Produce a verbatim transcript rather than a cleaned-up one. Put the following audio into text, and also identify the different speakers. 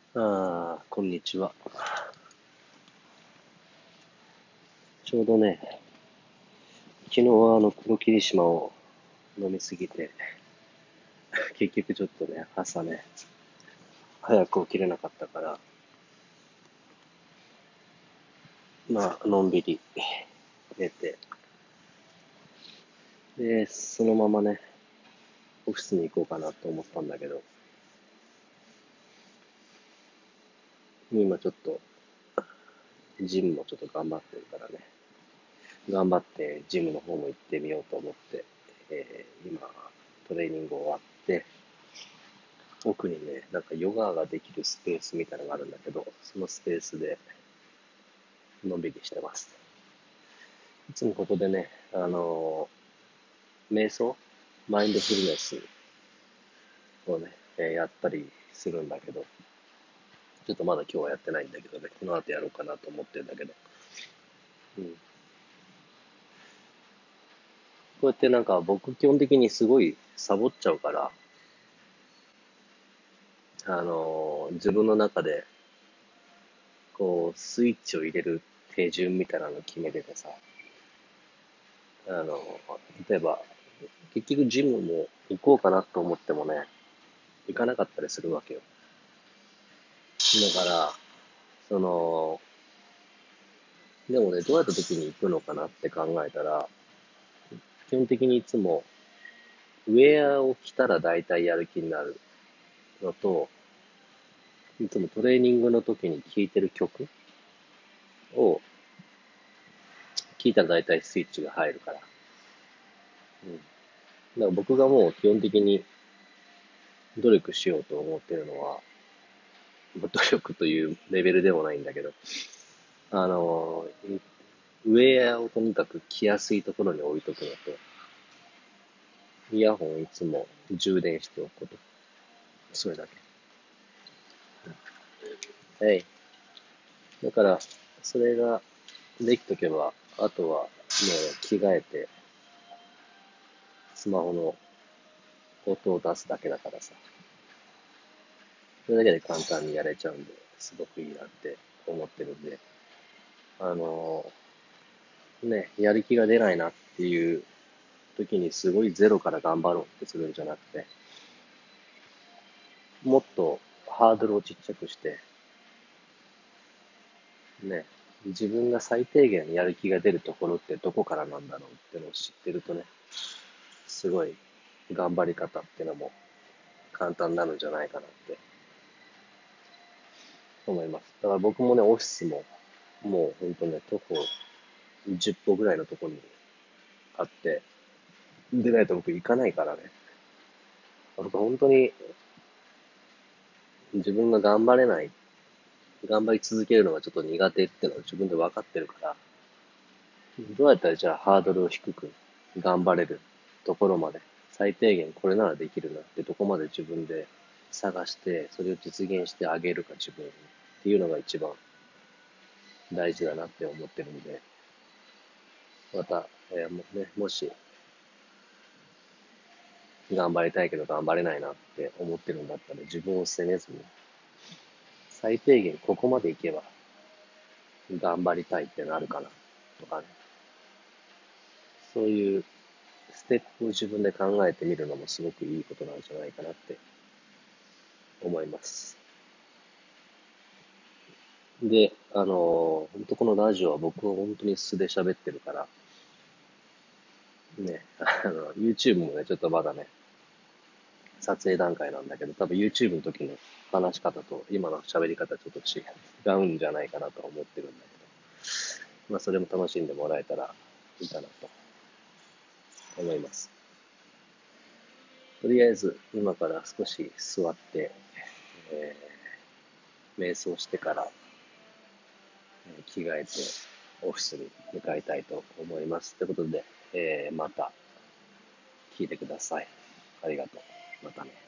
Speaker 1: ああ、こんにちは。ちょうどね、昨日はあの黒霧島を飲みすぎて、結局ちょっとね、朝ね、早く起きれなかったから、まあ、のんびり寝て、で、そのままね、オフィスに行こうかなと思ったんだけど、今ちょっと、ジムもちょっと頑張ってるからね、頑張ってジムの方も行ってみようと思って、えー今、トレーニング終わって、奥にね、なんかヨガができるスペースみたいなのがあるんだけど、そのスペースでのんびりしてます。いつもここでね、あのー瞑想、マインドフルネスをね、えーやったりするんだけど、ちょっとまだ今日はやってないんだけどね、この後やろうかなと思ってるんだけど、うん。こうやってなんか僕基本的にすごいサボっちゃうから、あのー自分の中で、こう、スイッチを入れる手順みたいなのを決めててさ、あのー例えば、結局ジムも行こうかなと思ってもね、行かなかったりするわけよ。だから、その、でもね、どうやった時に行くのかなって考えたら、基本的にいつも、ウェアを着たら大体やる気になるのと、いつもトレーニングの時に聴いてる曲を聴いたら大体スイッチが入るから。うん。だから僕がもう基本的に努力しようと思ってるのは、努力というレベルでもないんだけど、あの、ウェアをとにかく着やすいところに置いとくのと、イヤホンをいつも充電しておくこと。それだけ。はい。だから、それができとけば、あとはもう着替えて、スマホの音を出すだけだからさ。それだけで簡単にやれちゃうんで、すごくいいなって思ってるんで、あのね、やる気が出ないなっていう時にすごいゼロから頑張ろうってするんじゃなくて、もっとハードルをちっちゃくして、ね、自分が最低限やる気が出るところってどこからなんだろうってのを知ってるとね、すごい頑張り方ってのも簡単になるんじゃないかなって思います。だから僕もね、オフィスももうほんとね、徒歩じゅっ歩ぐらいのところにあって、でないと僕行かないからね。僕本当に自分が頑張れない、頑張り続けるのがちょっと苦手っていうのは自分で分かってるから、どうやったらじゃあハードルを低く頑張れるところまで、最低限これならできるなってとこまで自分で探して、それを実現してあげるか自分にっていうのが一番大事だなって思ってるんで、また、えーもね、もし頑張りたいけど頑張れないなって思ってるんだったら自分を責めずに、最低限ここまでいけば頑張りたいってなるかなとかね、そういうステップを自分で考えてみるのもすごくいいことなんじゃないかなって思います。で、あの、本当このラジオは僕は本当に素で喋ってるから、ね、あの、YouTube もね、ちょっとまだね、撮影段階なんだけど、多分 YouTube の時の話し方と今の喋り方ちょっと違う、違うんじゃないかなと思ってるんだけど、まあそれも楽しんでもらえたらいいかなと思います。とりあえず今から少し座って、えー瞑想してから、えー着替えてオフィスに向かいたいと思います。ということで、えーまた聞いてください。ありがとう。またね。